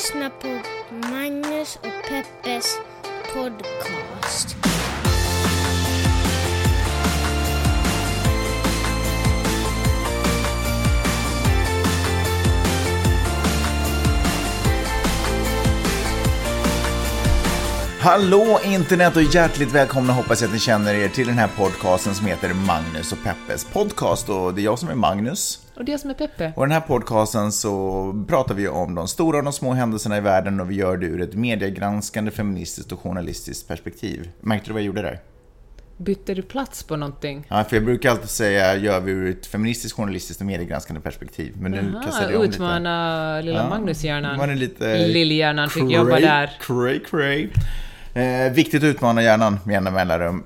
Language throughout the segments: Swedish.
lyssnar på Magnus och Peppes podcast. Hallå internet och hjärtligt välkomna, hoppas jag att ni känner er till den här podcasten som heter Magnus och Peppes podcast. Och det är jag som är Magnus. Och det är jag som är Peppe. Och den här podcasten så pratar vi om de stora och de små händelserna i världen och vi gör det ur ett mediegranskande, feministiskt och journalistiskt perspektiv. Märkte du vad jag gjorde där? Bytte du plats på någonting? Ja, för jag brukar alltid säga gör vi ur ett feministiskt, journalistiskt och mediegranskande perspektiv. Men nu kastade jag om utmana lite. lilla Magnus-hjärnan. Man är lite Lillhjärnan fick jobba där. Cray. Viktigt att utmana hjärnan med jämna mellanrum.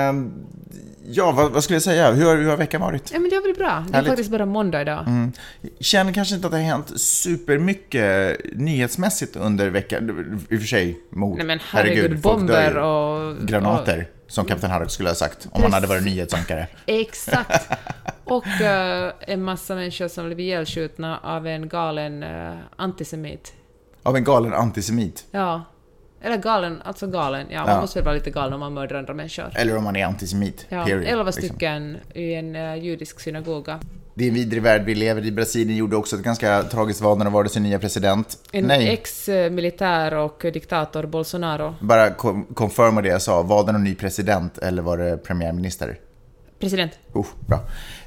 Ja, vad skulle jag säga? Hur har veckan varit? Ja, men det har varit bra. Det är faktiskt bara måndag idag. Känner kanske inte att det har hänt supermycket nyhetsmässigt under veckan. I och för sig mord. Nej, men herregud bomber och granater, som Kapten Haddock skulle ha sagt om han hade varit nyhetsankare. Exakt. Och en massa människor som blev ihjälskjutna av en galen antisemit. Av en galen antisemit? Ja. Eller galen. Ja, man måste väl vara lite galen om man mördar andra människor. Eller om man är antisemit. Ja, period, 11 stycken i en judisk synagoga. Det är en vidrig värld vi lever i. Brasilien gjorde också ett ganska tragiskt val när det var sin nya president. En ex-militär och diktator Bolsonaro. Bara confirma det jag sa. Var det någon ny president eller var det premiärminister? President. Bra.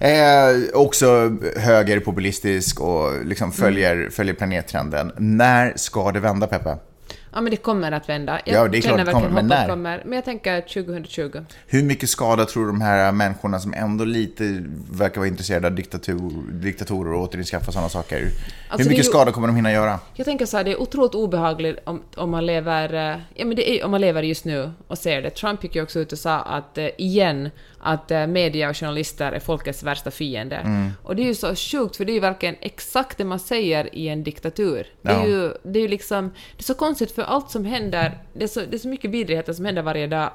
Också högerpopulistisk och liksom följer planettrenden. När ska det vända, Peppe? Ja, men det kommer att vända. Ja, det är klart det kommer, men när? Men jag tänker 2020. Hur mycket skada tror de här människorna som ändå lite verkar vara intresserade av diktatorer och återinskaffa sådana saker? Alltså, hur mycket skada kommer de hinna göra? Jag tänker så här, det är otroligt obehagligt om man lever... Ja, men det är, om man lever just nu och ser det. Trump gick ju också ut och sa att media och journalister är folkets värsta fiende. Och det är ju så sjukt, för det är ju verkligen exakt det man säger i en diktatur. Det är ju liksom... Det är så konstigt, för allt som händer, det är så mycket vidrigheter som händer varje dag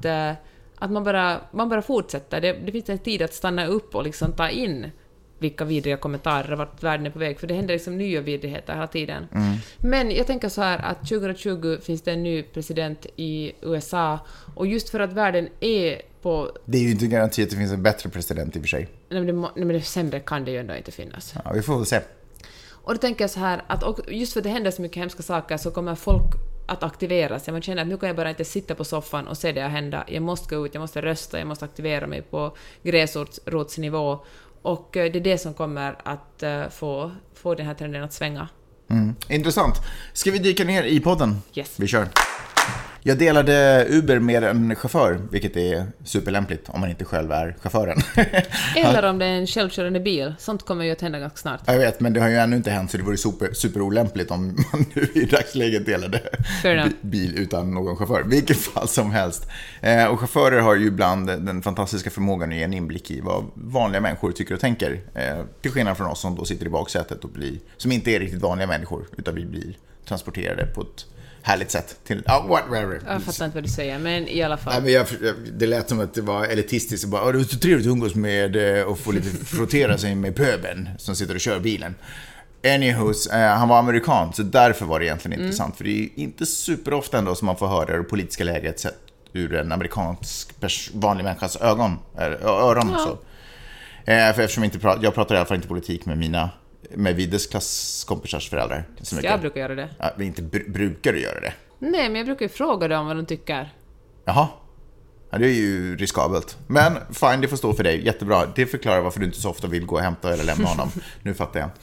att man bara fortsätter. Det finns en tid att stanna upp och liksom ta in vilka vidriga kommentarer vart världen är på väg, för det händer liksom nya vidrigheter hela tiden. Men jag tänker så här att 2020 finns det en ny president i USA, och just för att världen är på... Det är ju inte garanti att det finns en bättre president i och för sig. Nej, men det sämre kan det ju ändå inte finnas. Ja, vi får väl se. Och då tänker jag så här att just för att det händer så mycket hemska saker så kommer folk att aktiveras. Man känner att nu kan jag bara inte sitta på soffan och se det hända. Jag måste gå ut, jag måste rösta, jag måste aktivera mig på gräsrotsnivå. Och det är det som kommer att få den här trenden att svänga. Intressant. Ska vi dyka ner i podden? Yes. Vi kör. Jag delade Uber med en chaufför, vilket är superlämpligt om man inte själv är chauffören. Eller om det är en självkörande bil. Sånt kommer ju att hända ganska snart. Jag vet, men det har ju ännu inte hänt, så det vore superolämpligt om man nu i dagsläget delade bil utan någon chaufför. Vilket fall som helst. Och chaufförer har ju ibland den fantastiska förmågan att ge en inblick i vad vanliga människor tycker och tänker. Till skillnad från oss som då sitter i baksätet och som inte är riktigt vanliga människor, utan vi blir transporterade på ett härligt sätt till whatever. Jag fattar inte vad du säger, men i alla fall. Nej, men det lät som att det var elitistiskt. Det är så trevligt att umgås med och få lite frottera sig med pöben som sitter och kör bilen. Anyhows, han var amerikan, så därför var det egentligen intressant. För det är ju inte superofta ändå som man får höra det politiska läget sett ur en amerikansk vanlig människas öron. Så. För eftersom jag pratar i alla fall inte politik med Vides klasskompisars föräldrar. Jag brukar göra det. Ja, inte brukar du göra det? Nej, men jag brukar ju fråga dem vad de tycker. Jaha. Ja, det är ju riskabelt. Men fine, det får stå för dig. Jättebra. Det förklarar varför du inte så ofta vill gå och hämta eller lämna honom. Nu fattar jag.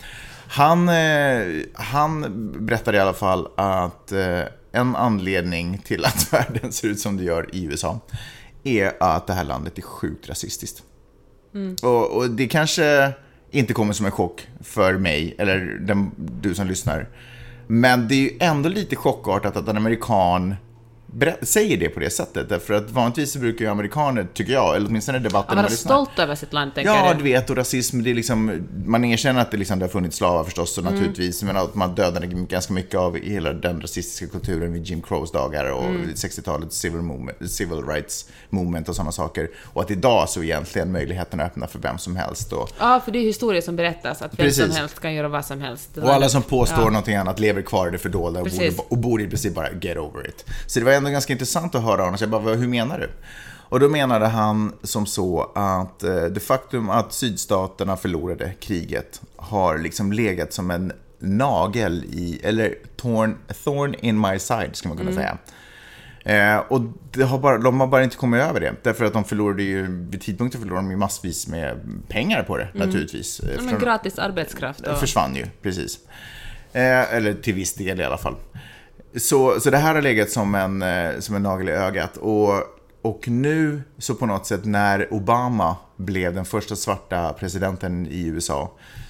Han berättade i alla fall att en anledning till att världen ser ut som det gör i USA är att det här landet är sjukt rasistiskt. Och det kanske inte kommer som en chock för mig eller du som lyssnar. Men det är ju ändå lite chockartat att en amerikan säger det på det sättet. Därför att vanligtvis så brukar ju amerikaner, tycker jag, eller åtminstone i debatten... Att vara stolt över sitt land, tänker Ja, du? du vet, och rasism, det är liksom... Man erkänner att det, liksom, det har funnits slavar förstås, och naturligtvis, men att man dödade ganska mycket av hela den rasistiska kulturen vid Jim Crows dagar och 60-talets civil rights movement och sådana saker. Och att idag så är egentligen möjligheten öppna för vem som helst. Ja, för det är historier som berättas, att vem som helst kan göra vad som helst. Och alla som påstår någonting annat lever kvar i det fördolda och bor i princip bara get over it. Så det var ändå ganska intressant att höra honom. Så jag bara, hur menar du? Och då menade han som så att det faktum att sydstaterna förlorade kriget har liksom legat som en nagel i, eller thorn in my side, ska man kunna säga. Och de har bara inte kommit över det. Därför att de förlorade ju, vid tidpunkten förlorade de ju massvis med pengar på det, naturligtvis. Men gratis arbetskraft. Det försvann ju, precis. Eller till viss del i alla fall. Så det här har legat som en nagel i ögat. Och nu så på något sätt när Obama blev den första svarta presidenten i USA,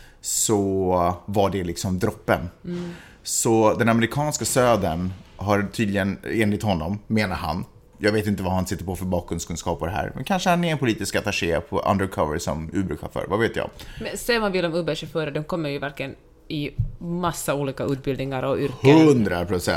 så var det liksom droppen. Så den amerikanska södern har tydligen, enligt honom, menar han, jag vet inte vad han sitter på för bakgrundskunskap på det här, men kanske han är en politisk attaché på undercover som Uber-chaufför, vad vet jag. Men ser man vill om Uber-chaufförer, de kommer ju verkligen i massa olika utbildningar och yrken. 100%,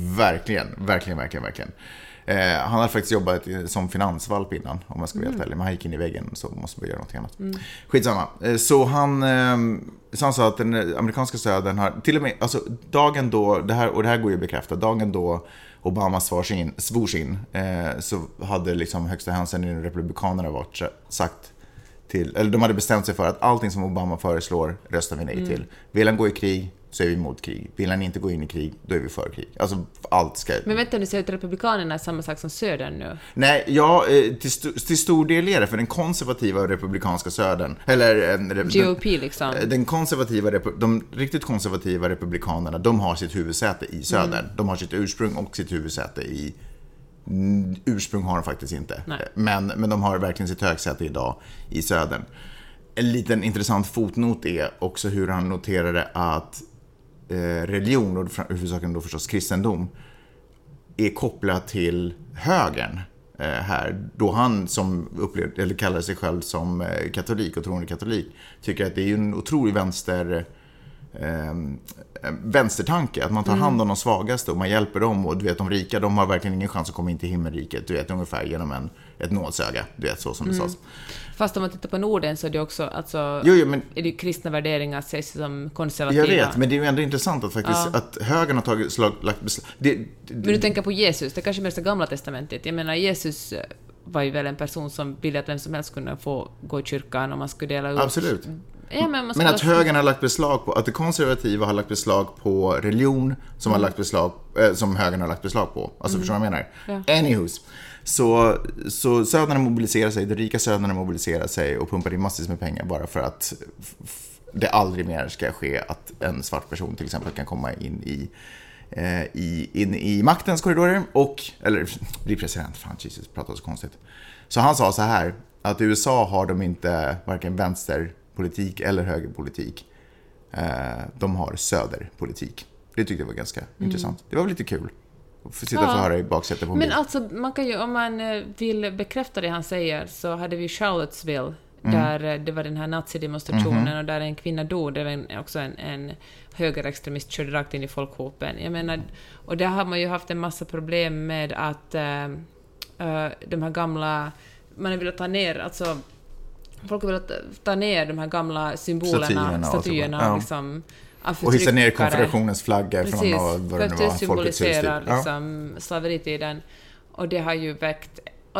verkligen. Han har faktiskt jobbat som finansvalp innan, om man ska vara helt ärlig. Men han gick in i väggen, så måste man göra något annat. Skitsamma. Så han sa att den amerikanska södern har, till och med, alltså dagen då, det här går ju att bekräfta, dagen då Obama svors in, så hade liksom högsta hänsen i republikanerna varit sagt till, eller de hade bestämt sig för att allting som Obama föreslår röstar vi nej till. Vill han gå i krig, så är vi emot krig. Vill han inte gå in i krig, då är vi för krig. Alltså, allt ska... Men vänta, du säger att republikanerna är samma sak som södern nu? Nej, till stor del är det för den konservativa republikanska södern. Eller... GOP liksom. De riktigt konservativa republikanerna, de har sitt huvudsäte i södern. De har sitt ursprung och sitt huvudsäte i... Ursprung har de faktiskt inte. Men de har verkligen sitt högsäte idag i södern. En liten intressant fotnot är också hur han noterade att religion, och huvudsakligen då förstås kristendom, är kopplat till högern här. Då han som upplevde, eller kallar sig själv som katolik och troende katolik, tycker att det är en otrolig vänstertanke, att man tar hand om de svagaste och man hjälper dem, och du vet, de rika, de har verkligen ingen chans att komma in till himmelriket, du vet, ungefär genom ett nådsöga, du vet, så som det sades. Fast om man tittar på Norden så är det också, alltså, men, är det kristna värderingar ses som konservativa. Jag vet, men det är ju ändå intressant att faktiskt att högern har lagt beslag. Men du tänker på Jesus, det kanske är mest gamla testamentet. Jag menar, Jesus var ju väl en person som ville att vem som helst kunde få gå i kyrkan om man skulle dela ut. Absolut. Ja, men att högern har lagt beslag på, att det konservativa har lagt beslag på religion som har lagt beslag, som högern har lagt beslag på. Alltså förstår du vad jag menar? Ja. Anywhos. Så söderna mobiliserar sig, det rika söderna mobiliserar sig och pumpar in massvis med pengar bara för att det aldrig mer ska ske att en svart person till exempel kan komma in i maktens korridorer eller bli president. Fan, Jesus, pratar så konstigt. Så han sa så här, att i USA har de inte varken vänsterpolitik eller högerpolitik. De har söderpolitik. Det tyckte jag var ganska intressant. Det var väl lite kul att få sitta och få höra i baksätet på Men alltså, man kan ju, om man vill bekräfta det han säger, så hade vi Charlottesville, där det var den här nazidemonstrationen och där en kvinna dog. Det var också en högerextremist körde rakt in i folkhopen. Jag menar, och där har man ju haft en massa problem med att de här gamla, man har velat ta ner, alltså folk har velat ta ner de här gamla symbolerna, statyerna liksom, och hissa ner konfederationens flagga från vad det var, symboliserar liksom slaveritiden, och det har ju väckt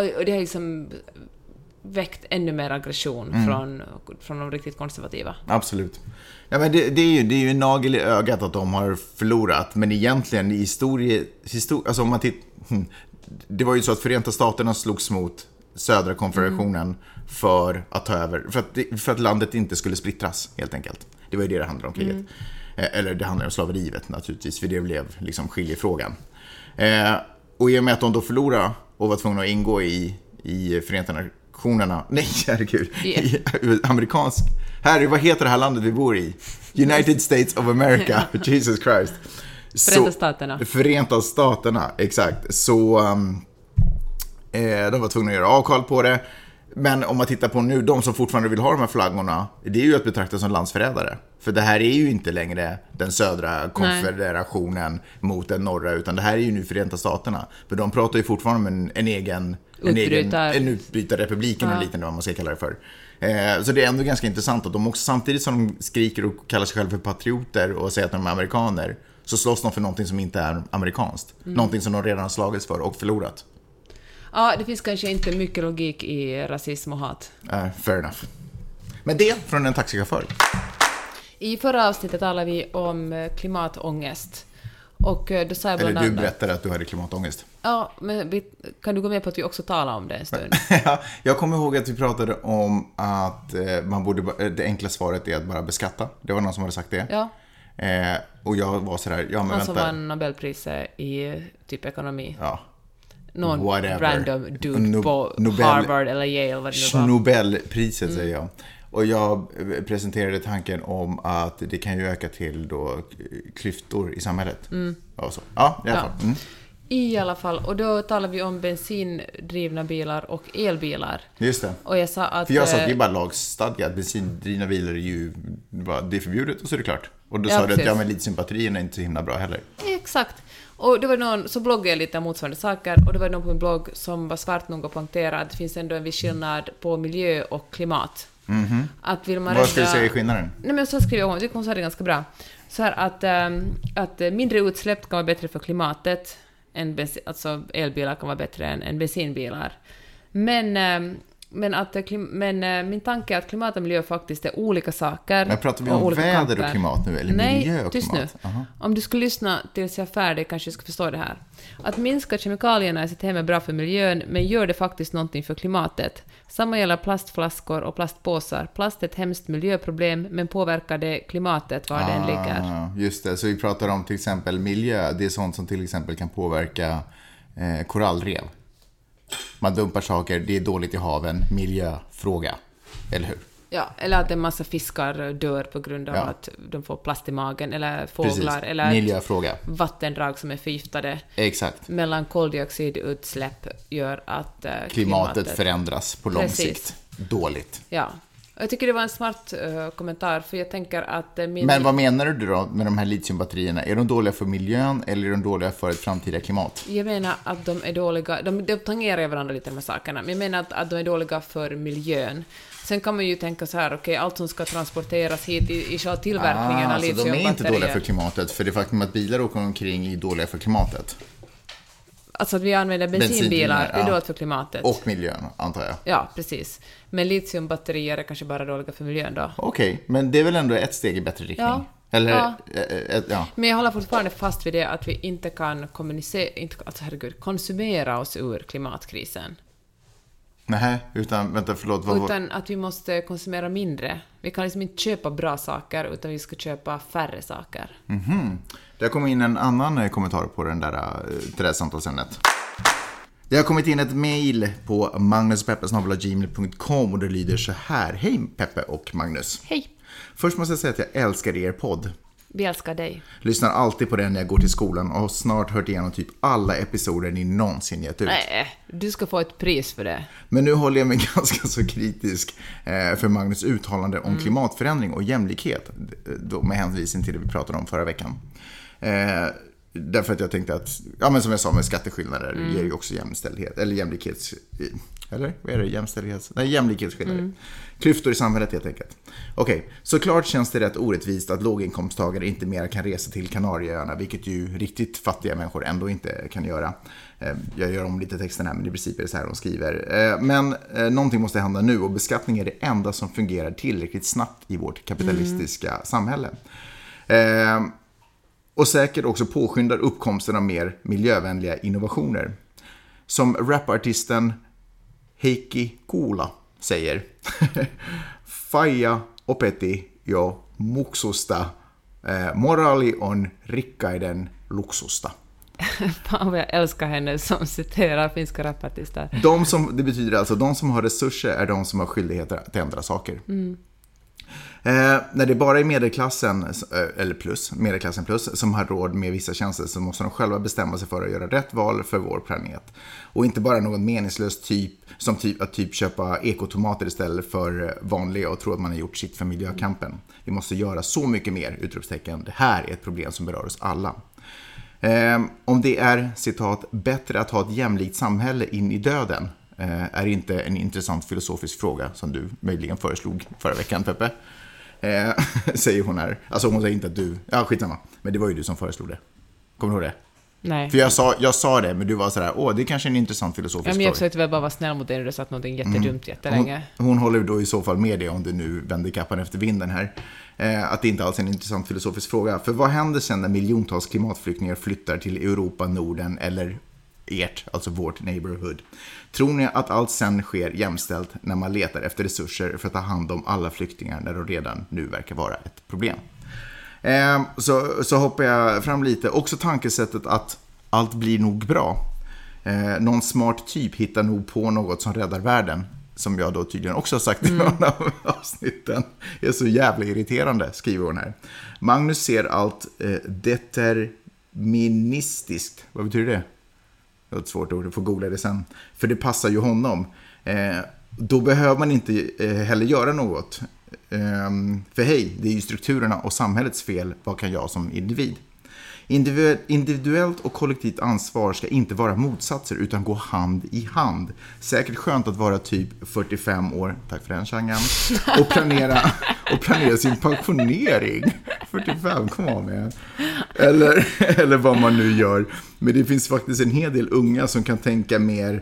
ännu mer aggression från de riktigt konservativa. Absolut. Ja, men det är ju en nagel i ögat att de har förlorat, men egentligen i alltså om man det var ju så att Förenta Staterna slogs mot södra konfederationen för att ta över, för att landet inte skulle splittras helt enkelt. Det var ju det handlade om kriget. Eller det handlade om slaveriet naturligtvis, för det blev liksom skiljefrågan. Och i och med att de då förlorade och var tvungna att ingå i Förenta Nationerna, nej herregud, i amerikansk, vad heter det här landet vi bor i? United States of America, Jesus Christ. Förenta Staterna, exakt. Så de var tvungna att göra avkall på det. Men om man tittar på nu, de som fortfarande vill ha de här flaggorna, det är ju att betrakta som landsförrädare. För det här är ju inte längre den södra konfederationen mot den norra, utan det här är ju nu Förenta Staterna. För de pratar ju fortfarande om en egen utbrytarrepublik, eller lite vad man ska kalla det för. Så det är ändå ganska intressant att de också, samtidigt som de skriker och kallar sig själva för patrioter och säger att de är amerikaner, så slåss de för någonting som inte är amerikanskt. Någonting som de redan har slagits för och förlorat. Ja, det finns kanske inte mycket logik i rasism och hat. Fair enough. Men det från en taxichaufför. I förra avsnittet talade vi om klimatångest. Och då sa jag bland annat... Eller du berättade att du hade klimatångest. Ja, men kan du gå med på att vi också talar om det en stund? Ja, jag kommer ihåg att vi pratade om att det enkla svaret är att bara beskatta. Det var någon som hade sagt det. Ja. Och jag var sådär, ja men någon vänta. som vann Nobelpriset i typ ekonomi. Ja. Någon Whatever. Random dude på Harvard eller Yale, vad det nu var. Nobelpriset säger jag. Och jag presenterade tanken om att det kan ju öka till då klyftor i samhället. Och så. Ja, i alla fall. I alla fall. Och då talar vi om bensindrivna bilar och elbilar. Just det. Och jag sa att... För jag sa att det är bara lagstadgat. Bensindrivna bilar är ju... Det är förbjudet och så är det klart. Och då sa du att men litiumbatterierna är inte så himla bra heller. Exakt. Och det var någon, så bloggade jag lite om motsvarande saker, och det var någon på min blogg som var svart nog att poängtera att det finns ändå en viss skillnad på miljö och klimat. Att vill man vad ska du säga i skillnaden? Nej, men så skriver jag om, det är ganska bra. Så här att mindre utsläpp kan vara bättre för klimatet än alltså elbilar kan vara bättre än bensinbilar. Men min tanke är att klimat och miljö faktiskt är olika saker. Men pratar vi om väder och klimat nu, eller miljö och tyst klimat? Nu. Om du skulle lyssna tills jag är färdig kanske du ska förstå det här. Att minska kemikalierna i sitt hem är bra för miljön, men gör det faktiskt någonting för klimatet. Samma gäller plastflaskor och plastpåsar. Plast är ett hemskt miljöproblem, men påverkar det klimatet var den ligger. Just det, så vi pratar om till exempel miljö. Det är sånt som till exempel kan påverka korallrev. Man dumpar saker, det är dåligt i haven, miljöfråga, eller hur? Ja, eller att en massa fiskar dör på grund av att de får plast i magen, eller fåglar. Precis. Eller miljöfråga. Vattendrag som är förgiftade. Exakt. Mellan koldioxidutsläpp gör att klimatet förändras på lång sikt. Dåligt. Ja. Jag tycker det var en smart kommentar, för jag tänker att... Men vad menar du då med de här litiumbatterierna? Är de dåliga för miljön eller är de dåliga för ett framtida klimat? Jag menar att de är dåliga... De tangerar varandra lite, de här sakerna. Men jag menar att de är dåliga för miljön. Sen kan man ju tänka så här, okej, allt som ska transporteras hit i själva tillverkningen av litiumbatterier. Så de är inte dåliga för klimatet, för det faktum att bilar åker omkring är dåliga för klimatet. Alltså att vi använder bensinbilar, det är dåligt för klimatet. Och miljön, antar jag. Ja, precis. Men litiumbatterier är kanske bara dåliga för miljön då. Okej, men det är väl ändå ett steg i bättre riktning? Ja. Eller, Men jag håller fortfarande fast vid det att vi inte kan konsumera oss ur klimatkrisen. Nej, utan, vänta, förlåt. Utan att vi måste konsumera mindre. Vi kan liksom inte köpa bra saker, utan vi ska köpa färre saker. Det har kommit in en annan kommentar på den där till det här samtalsämnet. Det har kommit in ett mejl på magnuspeppe@gmail.com och det lyder så här. Hej Peppe och Magnus. Hej. Först måste jag säga att jag älskar er podd. Vi älskar dig. Lyssnar alltid på den när jag går till skolan och har snart hört igenom typ alla episoder ni någonsin gett ut. Nej, du ska få ett pris för det. Men nu håller jag mig ganska så kritisk för Magnus uttalande om klimatförändring och jämlikhet. Då med hänvisning till det vi pratade om förra veckan. Därför att jag tänkte att, ja men som jag sa med skatteskillnader ger ju också jämställdhet, eller jämlikhets... Eller? Vad är det? Jämlikhetsskillnader. Klyftor i samhället helt enkelt. Okej, såklart känns det rätt orättvist att låginkomsttagare inte mer kan resa till Kanarieöarna, vilket ju riktigt fattiga människor ändå inte kan göra. Jag gör om lite texten här, men i princip är det så här de skriver. Men någonting måste hända nu och beskattning är det enda som fungerar tillräckligt snabbt i vårt kapitalistiska samhälle. Och säkert också påskyndar uppkomsten av mer miljövänliga innovationer. Som rapartisten Heikki Kuula säger. Faija opetti jo muksusta, morali on rikkaiden luksusta. Fan vad jag älskar henne som citerar finska rapartister. Det betyder alltså de som har resurser är de som har skyldigheter att ändra saker. När det bara är medelklassen plus som har råd med vissa tjänster, så måste de själva bestämma sig för att göra rätt val för vår planet. Och inte bara någon meningslös att köpa ekotomater istället för vanliga och tro att man har gjort sitt för miljökampen. Vi måste göra så mycket mer, utropstecken. Det här är ett problem som berör oss alla. Om det är, citat, bättre att ha ett jämlikt samhälle in i döden, är inte en intressant filosofisk fråga som du möjligen föreslog förra veckan, Peppe. Säger hon här. Alltså hon säger inte att du... Ja, skitsamma. Men det var ju du som föreslog det. Kommer du ihåg det? Nej. För jag sa det, men du var sådär, det är kanske en intressant filosofisk fråga. Jag försökte väl bara vara snäll mot dig när du sagt något jättedumt jättelänge. Hon håller då i så fall med det, om du nu vänder kappan efter vinden här. Att det inte alls är en intressant filosofisk fråga. För vad händer sen när miljontals klimatflyktingar flyttar till Europa, Norden eller alltså vårt neighborhood? Tror ni att allt sen sker jämställt när man letar efter resurser för att ta hand om alla flyktingar när de redan nu verkar vara ett problem? Så hoppar jag fram lite. Också tankesättet att allt blir nog bra. Någon smart typ hittar nog på något som räddar världen. Som jag då tydligen också har sagt i någon av avsnitten. Det är så jävla irriterande, skriver hon här. Magnus ser allt deterministiskt. Vad betyder det? Det är ett svårt ord, du får googla det sen. För det passar ju honom. Då behöver man inte heller göra något. För hej, det är ju strukturerna och samhällets fel. Vad kan jag som individ? Individuellt och kollektivt ansvar ska inte vara motsatser utan gå hand i hand. Säkert skönt att vara typ 45 år, tack för den changan, och planera sin pensionering. 45, kom on man. Eller vad man nu gör. Men det finns faktiskt en hel del unga som kan tänka mer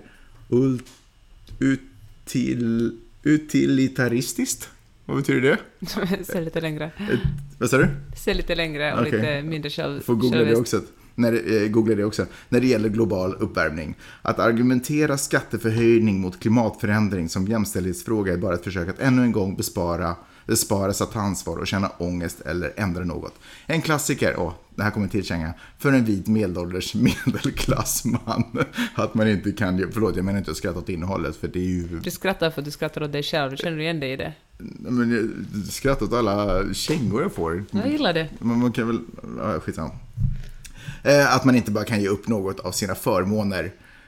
utilitaristiskt. Vad betyder det? Se lite längre. Vad sa du? Se lite längre och lite mindre Får googla det också. Googla det också. När det gäller global uppvärmning. Att argumentera skatteförhöjning mot klimatförändring som jämställdhetsfråga är bara ett försök att ännu en gång bespara sig att ta ansvar och känna ångest eller ändra något. En klassiker, det här kommer till känga, för en vit medelålders medelklassman. Att man inte kan, förlåt jag menar inte att skratta åt innehållet, för det är ju... Du skrattar för att du skrattar åt dig själv, du känner igen dig i det. Men jag skrattar åt alla kängor jag får. Jag gillar det. Man kan väl, skitsamma. Att man inte bara kan ge upp något av sina förmåner.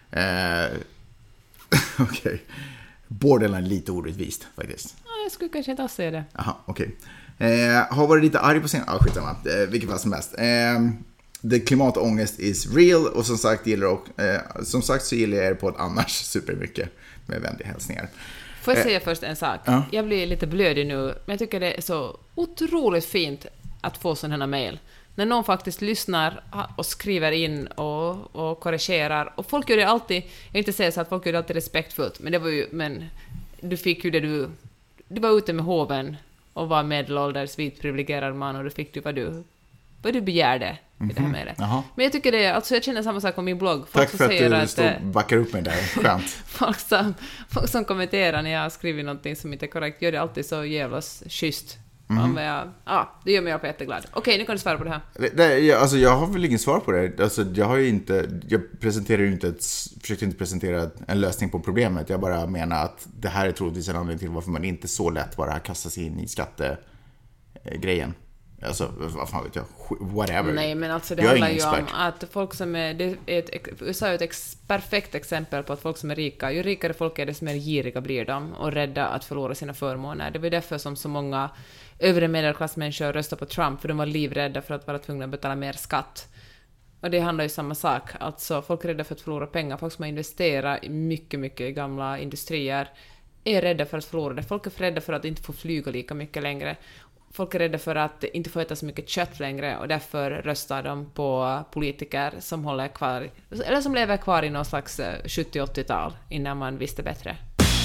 Okej. Borderline lite orättvist faktiskt. Jag skulle kanske inte alls säga det. Jaha, okej. Har varit lite arg på sin... skitsamma. Vilket fall som helst. The klimatångest is real. Och som sagt, så gillar jag er på ett annars supermycket. Med vänliga hälsningar. Får jag säga först en sak? Ja. Jag blir lite blödig nu. Men jag tycker det är så otroligt fint att få sådana här mejl. När någon faktiskt lyssnar och skriver in och korrigerar. Och folk gör det alltid... Jag vill inte säga så att folk gör det alltid respektfullt. Men du fick ju det du var ute med hoven och var medelålders vit privilegierad man och du fick vad du begärde i det här mejlet. Men jag tycker det, alltså jag känner samma sak om min blogg. Folk tack för att du backar upp mig där, skönt. folk som kommenterar när jag skriver någonting som inte är korrekt gör det alltid så jävla schysst. Det gör mig jätteglad. Okej, nu kan du svara på det här. Alltså jag har väl ingen svar på det. Alltså jag försökte inte presentera en lösning på problemet. Jag bara menar att det här är troligtvis en anledning till varför man inte så lätt bara kastar sig in i skattegrejen. Alltså, vad fan vet jag, whatever. Nej, men alltså det handlar ju om att folk som är, USA är ett perfekt exempel på att folk som är rika, ju rikare folk är, desto mer giriga blir de och rädda att förlora sina förmåner. Det var därför som så många övre medelklassmänniskor röstade på Trump, för de var livrädda för att vara tvungna att betala mer skatt. Och det handlar ju samma sak, alltså folk är rädda för att förlora pengar. Folk som har investerat i mycket, mycket gamla industrier är rädda för att förlora det. Folk är rädda för att inte få flyga lika mycket längre. Folk är rädda för att inte få äta så mycket kött längre och därför röstar de på politiker som håller kvar, eller som lever kvar i någon slags 70-80-tal innan man visste bättre.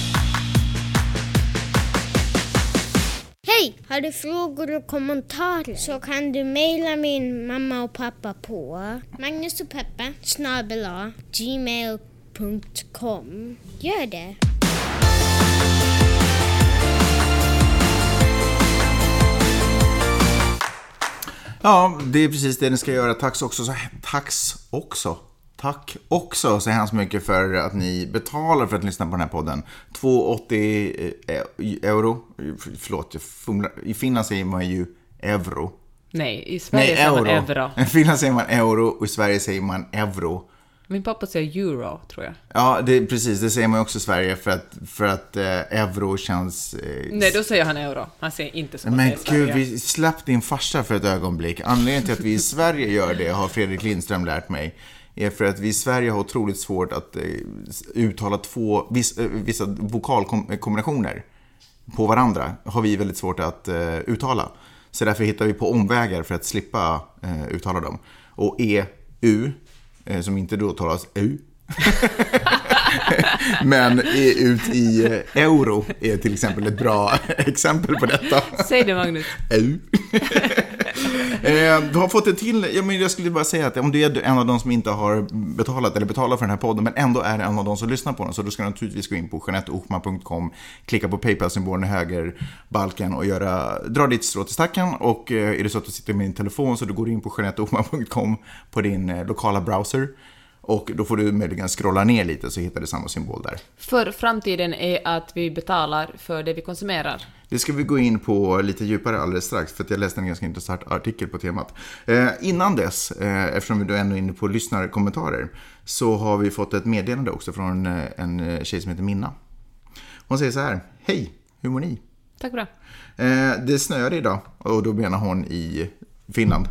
Hej! Har du frågor och kommentarer så kan du mejla min mamma och pappa på magnusochpeppe@gmail.com. Gör det! Ja, det är precis det ni ska göra. Tack Tack också så hemskt mycket för att ni betalar för att lyssna på den här podden. 2,80 euro. Förlåt, i Finland säger man ju euro. Nej, i Sverige säger man euro. I Finland säger man euro och i Sverige säger man euro. Min pappa säger euro, tror jag. Ja, precis. Det säger man också i Sverige för att euro känns... Nej, då säger han euro. Han säger inte så. Men gud, vi släppte din farsa för ett ögonblick. Anledningen till att vi i Sverige gör det, har Fredrik Lindström lärt mig, är för att vi i Sverige har otroligt svårt att uttala vissa vokalkombinationer på varandra. Har vi väldigt svårt att uttala. Så därför hittar vi på omvägar för att slippa uttala dem. Och EU, som inte då talas EU. Men ut i euro är till exempel ett bra exempel på detta. Säg det, Magnus. EU. Du har fått det till. Jag skulle bara säga att om du är en av de som inte har betalat eller betalar för den här podden, men ändå är en av de som lyssnar på den, så då ska du naturligtvis gå in på JeanetteOchman.com, klicka på PayPal-symbolen i höger balken och dra ditt strå till stacken. Och är det så att du sitter med din telefon, så då går du in på JeanetteOchman.com på din lokala browser. Och då får du möjligen scrolla ner lite så hittar du samma symbol där. För framtiden är att vi betalar för det vi konsumerar. Det ska vi gå in på lite djupare alldeles strax, för att jag läste en ganska intressant artikel på temat. Innan dess, eftersom vi då ändå är inne på lyssnarkommentarer, så har vi fått ett meddelande också från en tjej som heter Minna. Hon säger så här: hej, hur mår ni? Tack bra. Det snöade idag, och då menar hon i Finland.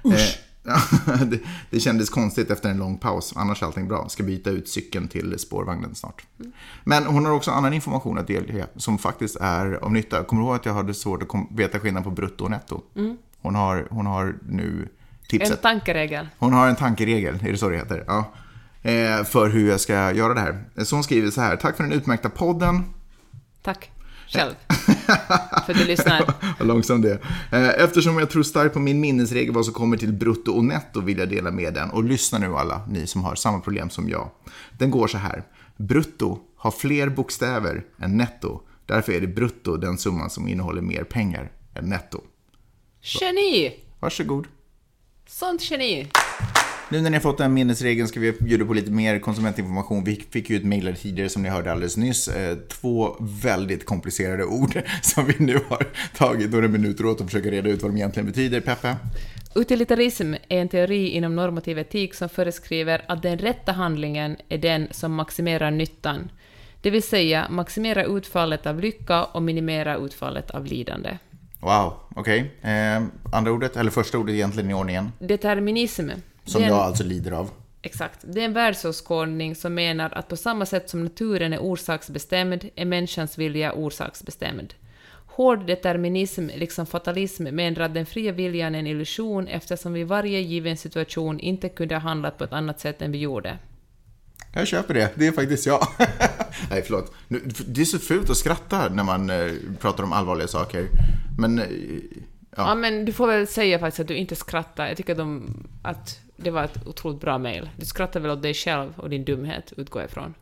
Det kändes konstigt efter en lång paus. Annars är allting bra. Ska byta ut cykeln till spårvagnen snart. Men hon har också annan information att delge som faktiskt är av nytta. Kommer du ihåg att jag hade svårt att veta skillnad på brutto och netto? Hon har nu tipset. En tankeregel. Hon har en tankeregel, är det så det heter? Ja. För hur jag ska göra det här. Så hon skriver så här: tack för den utmärkta podden. Tack. Själv. För du lyssnar. Långsamt det. Eftersom jag tror starkt på min minnesregel vad som kommer till brutto och netto, vill jag dela med den. Och lyssna nu alla, ni som har samma problem som jag. Den går så här: brutto har fler bokstäver än netto. Därför är det brutto den summan som innehåller mer pengar än netto. Geni! Varsågod. Sånt geni. Nu när ni har fått den minnesregeln ska vi bjuda på lite mer konsumentinformation. Vi fick ju ett mejl tidigare som ni hörde alldeles nyss. 2 väldigt komplicerade ord som vi nu har tagit några minuter åt att försöka reda ut vad de egentligen betyder. Peppe? Utilitarism är en teori inom normativ etik som föreskriver att den rätta handlingen är den som maximerar nyttan. Det vill säga maximera utfallet av lycka och minimera utfallet av lidande. Wow, okej. Andra ordet, eller första ordet egentligen i ordningen? Determinism. Som jag alltså lider av. Exakt. Det är en världsåskådning som menar att på samma sätt som naturen är orsaksbestämd är människans vilja orsaksbestämd. Hård determinism, liksom fatalism, menar att den fria viljan är en illusion eftersom vi i varje given situation inte kunde ha handlat på ett annat sätt än vi gjorde. Jag köper det. Det är faktiskt jag. Nej, förlåt. Det är så fult att skratta när man pratar om allvarliga saker. Men... Ja, men du får väl säga faktiskt att du inte skrattar. Jag tycker att det var ett otroligt bra mejl. Du skrattar väl åt dig själv och din dumhet, utgår ifrån.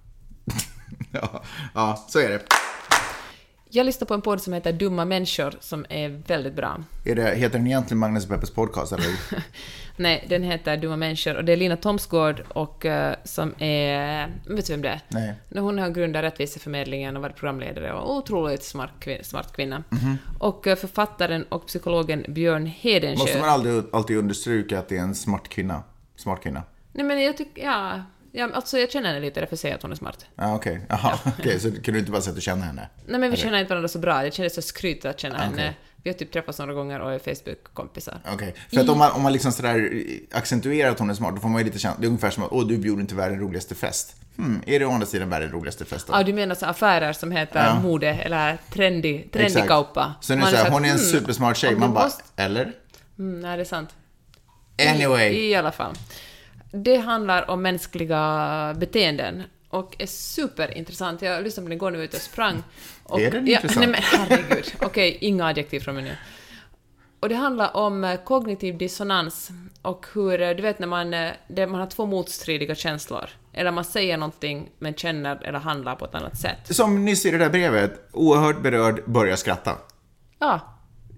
Ja, så är det. Jag lyssnar på en podd som heter Dumma människor som är väldigt bra. Heter den egentligen Magnus och Peppes podcast, eller? Nej, den heter Dumma människor och det är Lina Thomsgård och som är... Vet du vem det är? Nej. Hon har grundat Rättviseförmedlingen och varit programledare och otroligt smart kvinna. Mm-hmm. Och författaren och psykologen Björn Hedensjö. Måste man alltid understryka att det är en smart kvinna? Nej, men jag tycker... Ja, alltså jag känner henne lite, därför säger jag att hon är smart. Okej. Okej, så kan du inte bara säga att du känner henne? Nej, men vi känner inte varandra så bra. Jag känner så skryt att känna henne. Vi har typ träffats några gånger och är Facebook-kompisar. Okej, för att om man liksom sådär accentuerar att hon är smart, då får man ju lite känsla. Det är ungefär som att du bjuder inte världens roligaste fest. Är det å andra sidan världens roligaste fest då? Ja, du menar så affärer som heter mode eller trendig kauppa. Så nu säger hon är en supersmart tjej, man bara, eller? Nej, det är sant. Anyway. I alla fall. Det handlar om mänskliga beteenden och är superintressant. Jag lyssnade på den igår när vi var ute och sprang. Och, är den intressant? Nej, men herregud. Okej, inga adjektiv från mig nu. Och det handlar om kognitiv dissonans och hur, du vet när man har 2 motstridiga känslor. Eller man säger någonting men känner eller handlar på ett annat sätt. Som nyss i det där brevet, oerhört berörd, börjar skratta. Ja.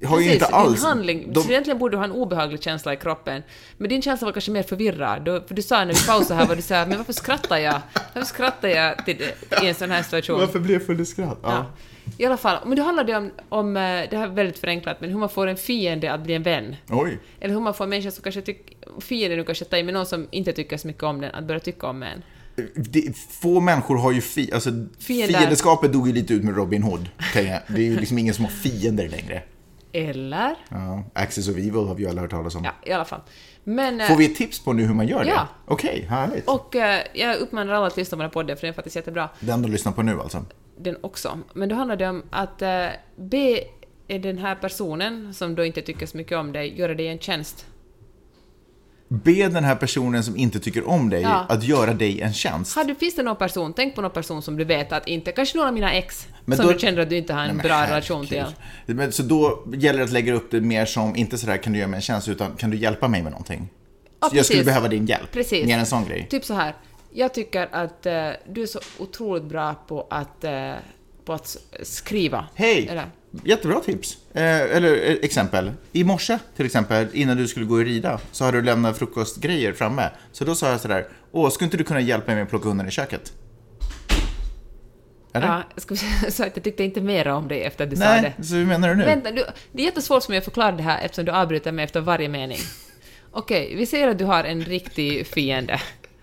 har ju inte alls... Din handling, så egentligen borde du ha en obehaglig känsla i kroppen. Men din känsla var kanske mer förvirrad. För du sa när vi pausade här, var du sa, men varför skrattar jag till det, i en sån här situation? Varför blev jag full i skratt? Ja. I alla fall, men det handlade om det här är väldigt förenklat, men hur man får en fiende att bli en vän. Oj. Eller hur man får en människa som kanske fienden nu kanske tar i, men någon som inte tycker så mycket om den, att börja tycka om en. Få människor har ju fiendeskapet dog ju lite ut med Robin Hood. Det är ju liksom ingen som har fiender längre. Eller? Ja, Axis of Evil har vi ju alla hört talas om. Ja, i alla fall. Men, får vi ett tips på nu hur man gör det? Ja. Okej, härligt. Och jag uppmanar alla att lyssna på den här podden, för den är faktiskt jättebra. Den du lyssnar på nu alltså? Den också. Men då handlar det om att be den här personen, som då inte tycker så mycket om dig, göra dig en tjänst. Be den här personen som inte tycker om dig att göra dig en tjänst. Finns det någon person, tänk på någon person som du vet att inte, kanske någon av mina ex, men som då, du känner att du inte har en bra relation till. Men, så då gäller det att lägga upp det mer som, inte sådär kan du göra mig en tjänst, utan kan du hjälpa mig med någonting? Ja, jag skulle behöva din hjälp. Precis. Mer en sån grej. Typ så här, jag tycker att du är så otroligt bra på att skriva. Hej! Eller? Jättebra tips. Eller exempel. I morse till exempel, innan du skulle gå och rida, så hade du lämnat frukostgrejer framme. Så då sa jag sådär, skulle inte du kunna hjälpa mig med att plocka undan i köket? Eller? Ja, jag tyckte inte mer om det efter att du sa det. Nej, så hur menar du nu? Vänta, det är jättesvårt för mig att förklara det här eftersom du avbryter mig efter varje mening. Okej, vi säger att du har en riktig fiende.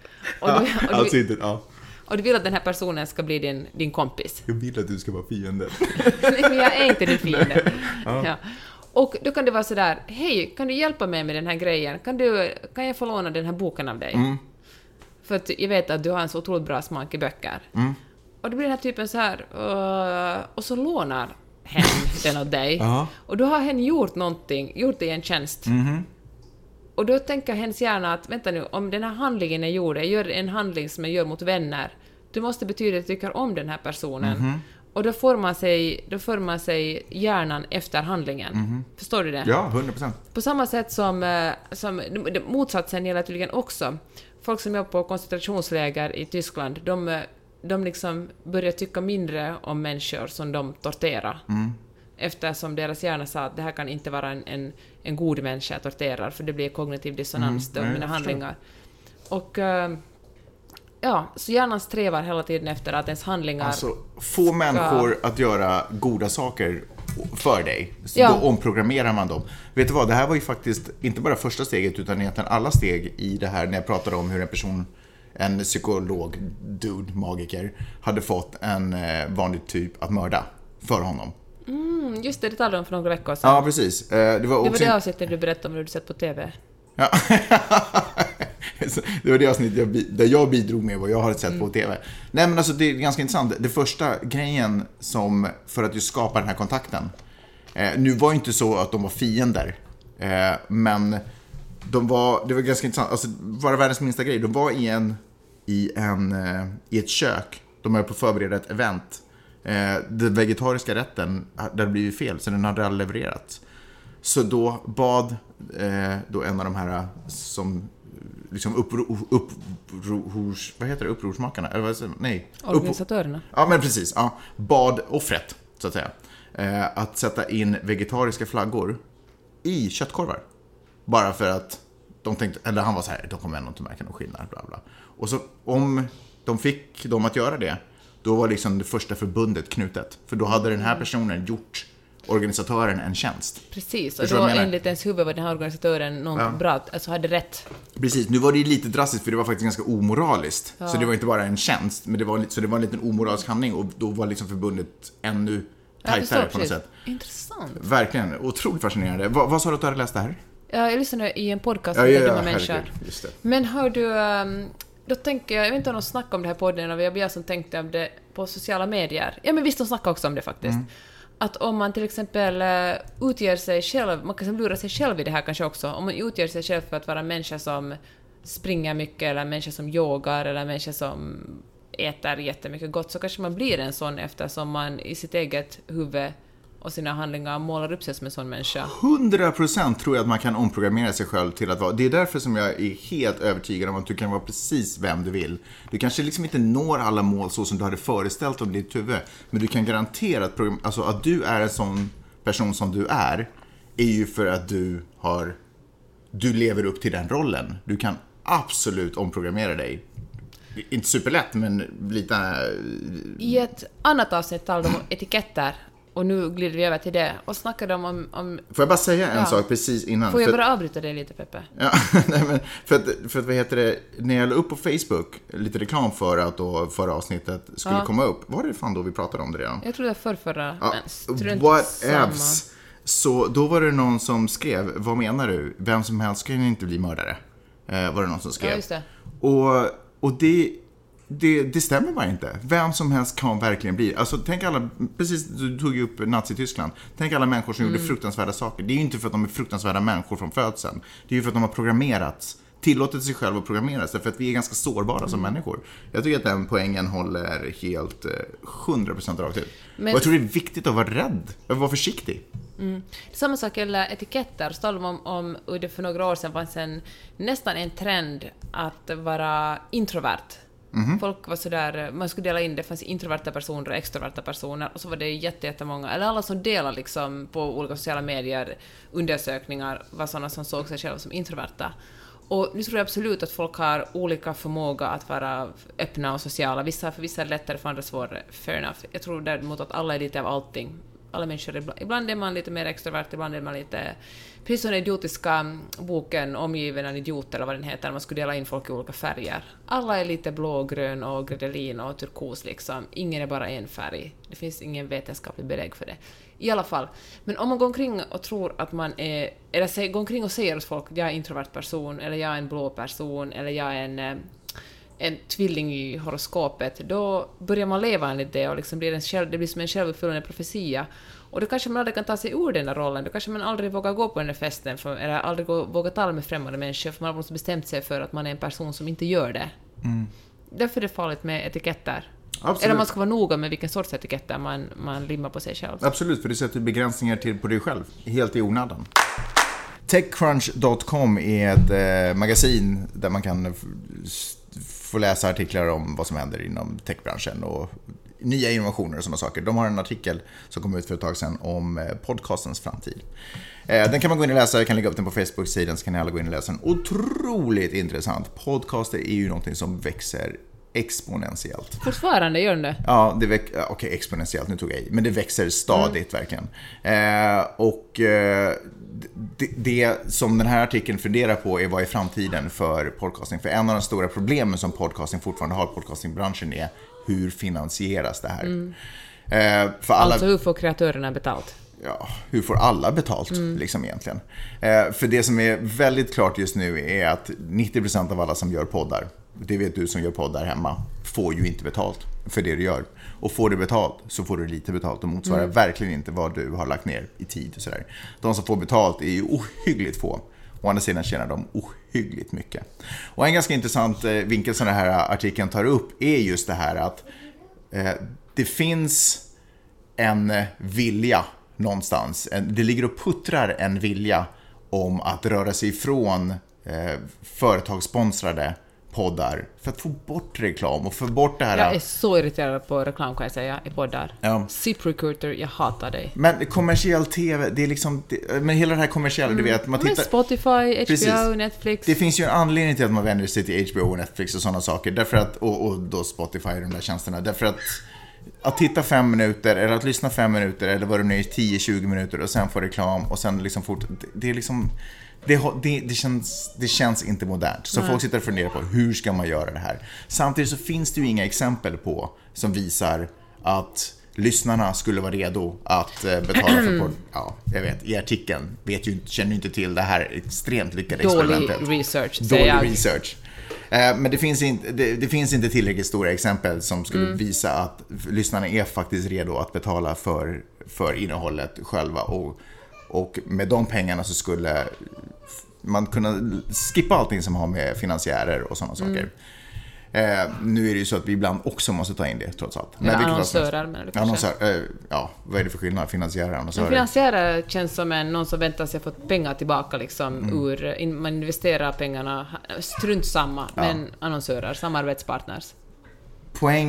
Och du vill att den här personen ska bli din kompis. Jag vill att du ska vara fiende. Nej, men jag är inte din fiende. Ja. Och då kan det vara sådär, hej, kan du hjälpa mig med den här grejen? Kan jag få låna den här boken av dig? För att jag vet att du har en så otroligt bra smak i böcker. Och då blir den här typen så här, och så lånar hen den av dig. Och då har hen gjort dig en tjänst. Och då tänker hens hjärna att, vänta nu, om den här handlingen är gjord, jag gör en handling som jag gör mot vänner, det måste betyda att jag tycker om den här personen. Och då får man sig hjärnan efter handlingen. Förstår du det? Ja, 100%. På samma sätt som motsatsen gäller tydligen också. Folk som jobbar på koncentrationsläger i Tyskland, de liksom börjar tycka mindre om människor som de torterar. Eftersom deras hjärna sa att det här kan inte vara en god människa att tortera, för det blir kognitiv dissonans då, mina handlingar. Och så hjärnan strävar hela tiden efter att ens handlingar... Alltså, få människor att göra goda saker för dig. Så då omprogrammerar man dem. Vet du vad, det här var ju faktiskt inte bara första steget, utan egentligen alla steg i det här, när jag pratade om hur en psykolog, magiker, hade fått en vanlig typ att mörda för honom. Just det talade om för några veckor sedan. Ja, precis. Det var det avsnittet du berättade om hur du sett på TV. Ja. Det var det avsnitt där jag bidrog med vad jag har sett på TV. Nej, men alltså det är ganska intressant. Det första grejen som för att du skapar den här kontakten. Nu var ju inte så att de var fiender. Men det var ganska intressant. Alltså, var världens minsta grej. De var i ett kök. De höll på att förbereda ett event. Den vegetariska rätten hade blivit fel, så den hade aldrig levererats. Så då bad då en av de här som liksom upprorsmakarna, eller vad säger man? Nej, organisatörerna. Ja, men precis. Ja, bad offret, så att säga, att sätta in vegetariska flaggor i köttkorvar. Bara för att de tänkte, eller han var så här, de kommer ändå inte märka någon skillnad, bla bla. Och så om de fick dem att göra det, då var liksom det första förbundet knutet. För då hade den här personen gjort organisatören en tjänst. Precis, och då enligt ens huvud var den här organisatören någon bra, alltså hade rätt. Precis, nu var det lite drastiskt för det var faktiskt ganska omoraliskt. Så det var inte bara en tjänst, men det var en liten omoralisk handling, och då var liksom förbundet ännu tajtare på något sätt. Intressant. Verkligen, otroligt fascinerande. Vad sa du att du hade läst det här? Jag lyssnade i en podcast med dumma människor. Just det. Men hör du, då tänker jag vet inte om de snackar om det här podden, och jag som tänkte om det på sociala medier. Ja, men visst, de snackar också om det faktiskt. Att om man till exempel utger sig själv, man kan lura sig själv i det här kanske också, om man utger sig själv för att vara en människa som springer mycket, eller en människa som yogar, eller en människa som äter jättemycket gott, så kanske man blir en sån, eftersom man i sitt eget huvud och sina handlingar målar upp sig som en sån människa. 100% tror jag att man kan omprogrammera sig själv till att vara. Det är därför som jag är helt övertygad om att du kan vara precis vem du vill. Du kanske liksom inte når alla mål så som du hade föreställt om ditt huvud, men du kan garantera att du är en sån person som du är. är ju för att du lever upp till den rollen. Du kan absolut omprogrammera dig. Inte superlätt, men lite... I ett annat avsnitt talade de om etiketter. Och nu glider vi över till det. Och snackade om... Får jag bara säga en sak precis innan? Får jag bara avbryta det lite, Peppe? Ja, nej, men för att vad heter det? När jag la upp på Facebook lite reklam för att då förra avsnittet skulle komma upp. Var det fan då vi pratade om det redan? Jag tror det var förra. Whatevs. Så då var det någon som skrev, vad menar du? Vem som helst kan ju inte bli mördare. Var det någon som skrev. Ja, just det. Och det stämmer bara inte. Vem som helst kan verkligen bli. Alltså tänk alla, precis du tog ju upp Nazi-Tyskland. Tänk alla människor som gjorde fruktansvärda saker. Det är ju inte för att de är fruktansvärda människor från födseln. Det är ju för att de har programmerats, tillåtit sig själva att programmeras. För att vi är ganska sårbara som människor. Jag tycker att den poängen håller helt 100% rakt ut. Och jag tror det är viktigt att vara rädd. Att vara försiktig. Samma sak gäller etiketter. Så talade man om det för några år sedan fanns nästan en trend att vara introvert. Folk var sådär, man skulle dela in, det fanns introverta personer och extroverta personer, och så var det jättemånga, eller alla som delar liksom på olika sociala medier, undersökningar var sådana som såg sig själva som introverta. Och nu tror jag absolut att folk har olika förmåga att vara öppna och sociala. För vissa är det lättare, för andra svårare. Fair enough. Jag tror däremot att alla är lite av allting. Alla människor, ibland är man lite mer extrovert, ibland är man lite... Precis som den idiotiska boken Omgiven en idiot, eller vad den heter, man skulle dela in folk i olika färger. Alla är lite blå, grön och gredelin och turkos liksom. Ingen är bara en färg. Det finns ingen vetenskaplig belägg för det. I alla fall. Men om man går omkring och tror att man är... Eller går omkring och säger hos folk, jag är en introvert person, eller jag är en blå person, eller jag är en tvilling i horoskopet, då börjar man leva enligt det och liksom det blir som en självuppfyllande profetia. Och då kanske man aldrig kan ta sig ur den där rollen. Då kanske man aldrig vågar gå på den där festen eller aldrig vågar tala med främmande människor, för man har bestämt sig för att man är en person som inte gör det. Därför är det farligt med etiketter. Absolut. Eller man ska vara noga med vilken sorts etiketter man limmar på sig själv. Absolut, för det sätter begränsningar på dig själv. Helt i onödan. Techcrunch.com är ett magasin där man kan få läsa artiklar om vad som händer inom techbranschen och nya innovationer och sådana saker. De har en artikel som kom ut för ett tag sedan om podcastens framtid. Den kan man gå in och läsa, jag kan lägga upp den på Facebook-sidan, så kan ni alla gå in och läsa den. Otroligt intressant. Podcaster är ju någonting som växer exponentiellt. Fortfarande gör den det? Ja, okej, exponentiellt, nu tog jag i. Men det växer stadigt verkligen. Det som den här artikeln funderar på är vad är framtiden för podcasting. För en av de stora problemen som podcasting fortfarande har, podcastingbranschen, är hur finansieras det här? För alla... Alltså hur får kreatörerna betalt? Ja, hur får alla betalt liksom egentligen? För det som är väldigt klart just nu är att 90% av alla som gör poddar, det vet du som gör poddar hemma, får ju inte betalt för det du gör. Och får du betalt så får du lite betalt och motsvarar verkligen inte vad du har lagt ner i tid och sådär. De som får betalt är ju ohyggligt få. Å andra sidan tjänar de ohyggligt mycket. Och en ganska intressant vinkel som den här artikeln tar upp är just det här att det finns en vilja någonstans. Det ligger och puttrar en vilja om att röra sig ifrån företagssponsrade poddar för att få bort reklam och få bort det här. Jag är så irriterad på reklam, kan jag säga, i poddar. Ja. ZipRecruiter, jag hatar dig. Men kommersiell tv, det är liksom men hela det här kommersiella, du vet, man tittar... Men Spotify, HBO, precis. Netflix. Det finns ju en anledning till att man vänder sig till HBO och Netflix och sådana saker, därför att och då Spotify och de där tjänsterna, därför att titta 5 minuter eller att lyssna 5 minuter eller vad det nu är, 10-20 minuter och sen få reklam och sen liksom det är liksom det känns inte modernt. Så folk sitter och funderar på hur ska man göra det här. Samtidigt så finns det ju inga exempel på som visar att lyssnarna skulle vara redo att betala för podd. Ja, jag vet, i artikeln känner ju inte till det här extremt lyckade experimentet. Dålig research. Dålig research. Men det finns inte tillräckligt stora exempel som skulle visa att lyssnarna är faktiskt redo att betala för innehållet själva, och med de pengarna så skulle man kunna skippa allting som har med finansiärer och sådana saker. Nu är det ju så att vi ibland också måste ta in det trots allt. Ja, annonsörer menar du kanske? Ja, vad är det för skillnad? Finansiärer och annonsörer? Finansiärer känns som någon som väntar sig att få pengar tillbaka liksom, man investerar pengarna, strunt samma, men annonsörer, samarbetspartners.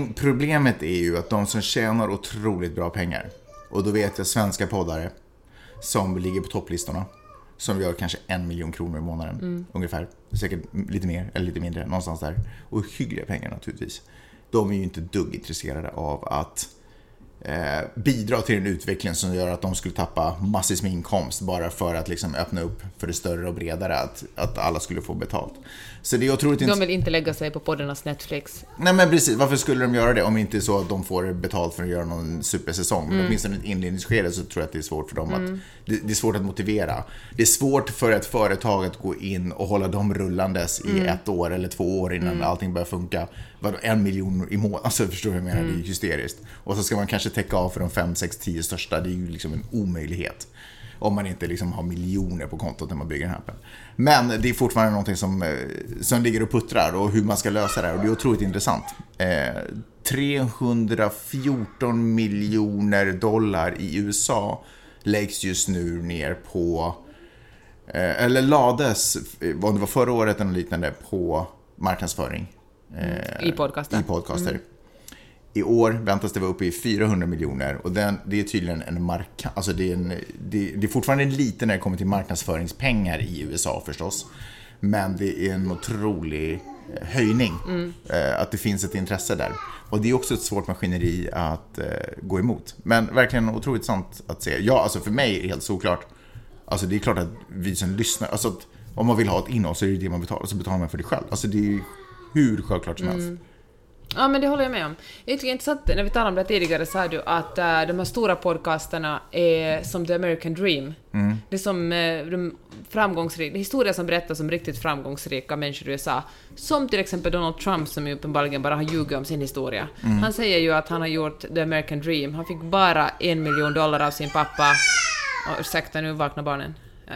Problemet är ju att de som tjänar otroligt bra pengar, och då vet jag svenska poddare som ligger på topplistorna. Som gör kanske 1 miljon kronor i månaden. Ungefär. Säkert lite mer eller lite mindre. Någonstans där. Och hyggliga pengar naturligtvis. De är ju inte dugg intresserade av att bidra till en utveckling som gör att de skulle tappa massvis med inkomst bara för att liksom öppna upp för det större och bredare, att alla skulle få betalt. Så det är otroligt de vill inte lägga sig på poddarnas Netflix. Nej, men precis, varför skulle de göra det om inte så att de får betalt för att göra någon supersäsong? Men åtminstone i ett inledningsskede så tror jag att det är svårt för dem att det är svårt att motivera. Det är svårt för ett företag att gå in och hålla dem rullandes i 1 år eller 2 år innan allting börjar funka. 1 miljon i månaden, alltså förstår du vad jag menar, det är hysteriskt. Och så ska man kanske täcka av för de 5, 6, 10 största, det är ju liksom en omöjlighet. Om man inte liksom har miljoner på kontot när man bygger en appen. Men det är fortfarande någonting som ligger och puttrar, och hur man ska lösa det här. Och det är otroligt intressant. 314 miljoner dollar i USA läggs just nu ner på, eller lades, vad det var förra året eller liknande, på marknadsföring. I podcaster. I år väntas det vara uppe i 400 miljoner, och det är tydligen alltså det är fortfarande lite när det kommer till marknadsföringspengar i USA förstås, men det är en otrolig höjning, att det finns ett intresse där, och det är också ett svårt maskineri att gå emot, men verkligen otroligt sant att se. Ja, alltså för mig är det helt såklart, alltså det är klart att vi som lyssnar, alltså att om man vill ha ett innehåll så är det det man betalar, så betalar man för det själv, alltså det är hur självklart som helst. Ja, men det håller jag med om. Jag tycker intressant, när vi talade om det tidigare sa du att de här stora podcasterna är som The American Dream. Det är som de framgångsrika, historier som berättas om riktigt framgångsrika människor i USA. Som till exempel Donald Trump, som ju uppenbarligen bara har ljugit om sin historia. Han säger ju att han har gjort The American Dream. Han fick bara $1 miljon av sin pappa. Ursäkta, nu vaknar barnen. Ja.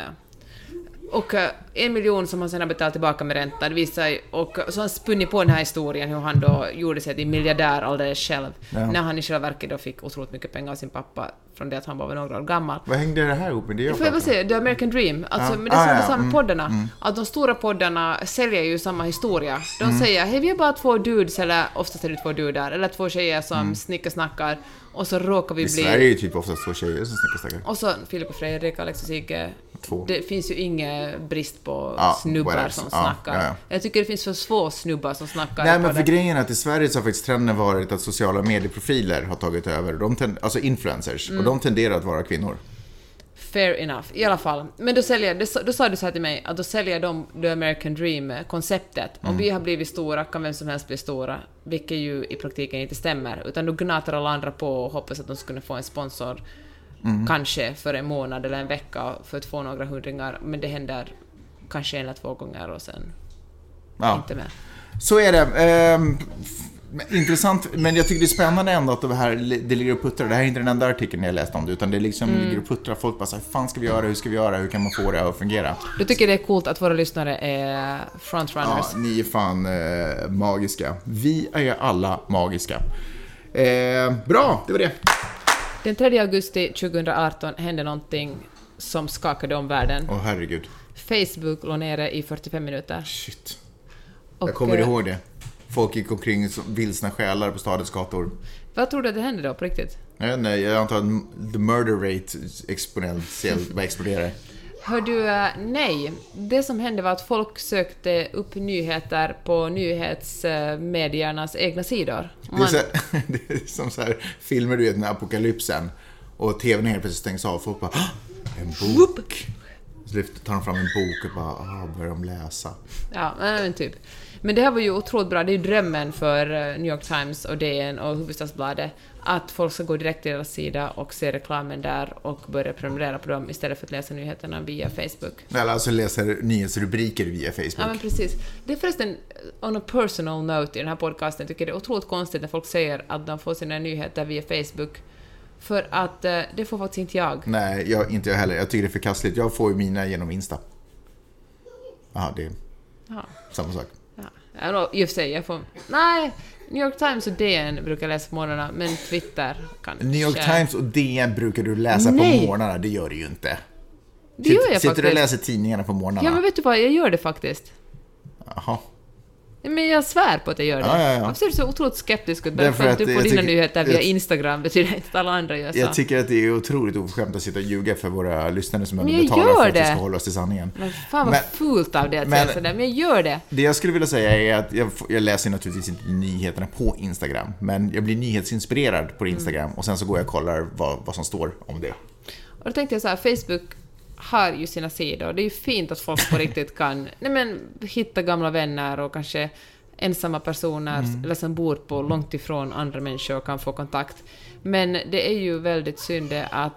Och 1 miljon som han sedan har betalat tillbaka med ränta. Det visar, och så har han spunnit på den här historien hur han då gjorde sig till miljardär alldeles själv. Ja. När han i själva verket då fick otroligt mycket pengar av sin pappa från det att han var några år gammal. Vad hängde det här ihop med? Det får jag bara säga, The American Dream. Alltså, men det är samma poddarna. Att de stora poddarna säljer ju samma historia. De säger, hej, vi är bara 2 dudes, eller oftast är det 2 dudar, eller 2 tjejer som snickar-snackar. Och så råkar vi bli... I Sverige är det typ oftast 2 tjejer som snickar-snackar. Och så Filip och Fredrik, Alex och Sigge. 2. Det finns ju ingen brist på snubbar som snackar. Ja. Jag tycker det finns för få snubbar som snackar. Nej, men för grejen är att i Sverige så har faktiskt trenden varit att sociala medieprofiler har tagit över. Alltså influencers. Och de tenderar att vara kvinnor. Fair enough, i alla fall. Men då sa du så här till mig att då säljer de The American Dream-konceptet. Om vi har blivit stora kan vem som helst bli stora. Vilket ju i praktiken inte stämmer. Utan då gnatar alla andra på och hoppas att de skulle få en sponsor. Kanske för en månad eller en vecka för att få några hundringar. Men det händer kanske 1 eller 2 gånger och sen inte mer. Så är det. Intressant, men jag tycker det är spännande ändå att det ligger och puttrar. Det här är inte den enda artikeln jag läst om det, utan det liksom ligger och puttrar. Folk bara så här, fan ska vi göra, hur ska vi göra, hur kan man få det att fungera? Du tycker det är coolt att våra lyssnare är frontrunners? Ja, ni är fan magiska. Vi är alla magiska. Bra, det var det. Den 3 augusti 2018 hände någonting som skakade om världen. Åh herregud. Facebook låg nere i 45 minuter. Shit. Jag kommer ihåg det. Folk gick omkring som vilsna själar på stadens gator. Vad tror du att det hände då på riktigt? Nej, jag antar att the murder rate exponentiellt exploderade. Hör du, nej. Det som hände var att folk sökte upp nyheter på nyhetsmediernas egna sidor. Det är som så här filmer, du vet, den apokalypsen. Och tvn helt plötsligt stängs av. Folk bara, en bok. Så tar de fram en bok och bara, börjar de läsa. Ja, men typ. Men det här var ju otroligt bra. Det är ju drömmen för New York Times och DN och Hufvudstadsbladet att folk ska gå direkt till deras sida och se reklamen där och börja prenumerera på dem istället för att läsa nyheterna via Facebook. Eller alltså läser nyhetsrubriker via Facebook. Ja, men precis. Det är förresten, on a personal note i den här podcasten, tycker jag det är otroligt konstigt när folk säger att de får sina nyheter via Facebook. För att det får faktiskt inte jag. Nej, inte jag heller. Jag tycker det är förkastligt. Jag får ju mina genom Insta. Ja, det är samma sak. I och för sig, jag får... Nej, New York Times och DN brukar läsa på morgnarna, men Twitter kanske... New York Times och DN brukar du läsa på morgnarna, det gör du ju inte. Det gör jag Sitter faktiskt. du och läser tidningarna på morgnarna? Ja, men vet du vad, jag gör det faktiskt. Jaha. Men jag svär på att jag gör det. Ja. Varför ser du så otroligt skeptisk ut? Därför att du får dina nyheter via Instagram betyder inte att alla andra gör så. Jag tycker att det är otroligt oförskämt att sitta och ljuga för våra lyssnare som ändå betalar för att vi ska hålla oss till sanningen. Men fan vad fult av det att säga sådär, men jag gör det. Det jag skulle vilja säga är att jag läser naturligtvis inte nyheterna på Instagram, men jag blir nyhetsinspirerad på Instagram och sen så går jag och kollar vad som står om det. Och då tänkte jag så här, Facebook har ju sina sidor. Det är ju fint att folk på riktigt kan hitta gamla vänner och kanske ensamma personer eller som bor på långt ifrån andra människor och kan få kontakt. Men det är ju väldigt synd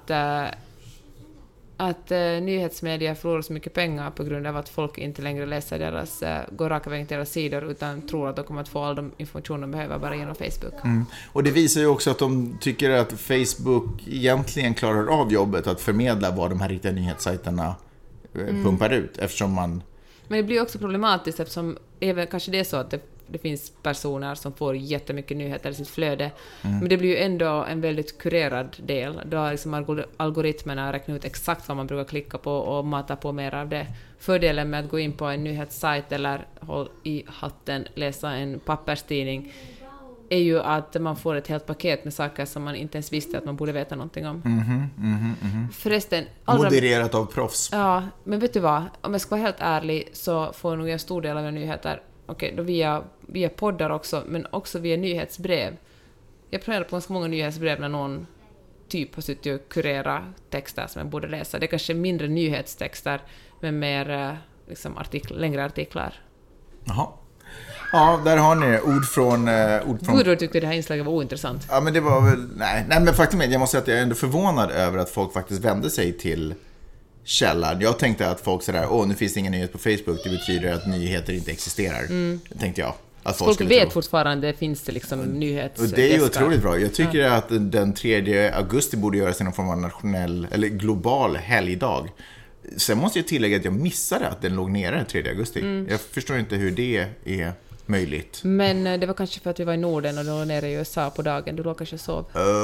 att nyhetsmedia förlorar så mycket pengar på grund av att folk inte längre läser går raka vägen till deras sidor utan tror att de kommer att få all de information de behöver bara genom Facebook. Och det visar ju också att de tycker att Facebook egentligen klarar av jobbet att förmedla vad de här riktiga nyhetssajterna pumpar ut, eftersom man... Men det blir också problematiskt eftersom även kanske det är så att det finns personer som får jättemycket nyheter i sitt flöde. Men det blir ju ändå en väldigt kurerad del. Då har liksom algoritmerna räknat ut exakt vad man brukar klicka på och mata på mer av det. Fördelen med att gå in på en nyhetssajt eller håll i hatten läsa en papperstidning är ju att man får ett helt paket med saker som man inte ens visste att man borde veta någonting om. Förresten... Modererat av proffs. Ja, men vet du vad? Om jag ska vara helt ärlig så får nog en stor del av mina nyheter då via poddar också, men också via nyhetsbrev. Jag planerar på ganska många nyhetsbrev när någon typ har suttit och kurerat texter som jag borde läsa. Det är kanske mindre nyhetstexter, men mer längre artiklar. Jaha. Ja, där har ni ord från... Gudrun tyckte det här inslaget var ointressant. Ja, men det var väl... Nej, men faktum är, jag måste säga att jag är ändå förvånad över att folk faktiskt vände sig till källan. Jag tänkte att folk sådär, nu finns det ingen nyhet på Facebook, det betyder att nyheter inte existerar. Tänkte jag. Att folk vet fortfarande, finns det liksom nyhets... Och det är ju otroligt bra. Jag tycker att den 3 augusti borde göras i någon form av nationell eller global helgdag. Sen måste jag tillägga att jag missade att den låg nere 3 augusti. Jag förstår inte hur det är möjligt. Men det var kanske för att vi var i Norden och då nere i USA på dagen. Du låg kanske sov.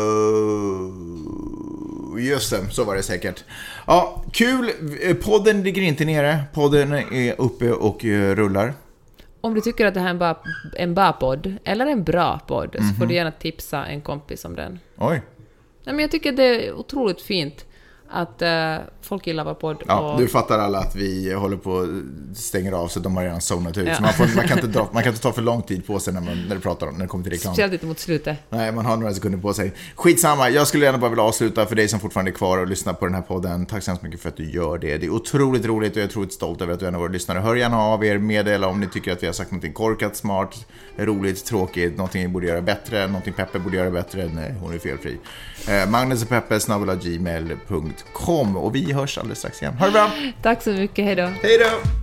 Just det, så var det säkert. Ja, kul. Podden ligger inte nere. Podden är uppe och rullar. Om du tycker att det här är en bra podd eller en bra podd så får du gärna tipsa en kompis om den. Oj. Nej, men jag tycker det är otroligt fint att folk gillar vår podd. Ja, du fattar alla att vi håller på att stänga av så de har redan zonat ut. Så man kan inte ta för lång tid på sig när du pratar om när det kommer till reklam. Speciellt inte mot slutet. Nej, man har några sekunder på sig. Skitsamma, jag skulle gärna bara vilja avsluta för dig som fortfarande är kvar och lyssnar på den här podden. Tack så hemskt mycket för att du gör det. Det är otroligt roligt och jag är otroligt stolt över att du är en av våra lyssnare. Hör gärna av er, meddela om ni tycker att vi har sagt något korkat, smart, roligt, tråkigt, någonting vi borde göra bättre, någonting Peppe borde göra bättre. Nej, hon är felfri. Magnus.peppe@gmail.com och vi hörs alldeles strax igen. Ha det bra! Tack så mycket, hej då! Hej då!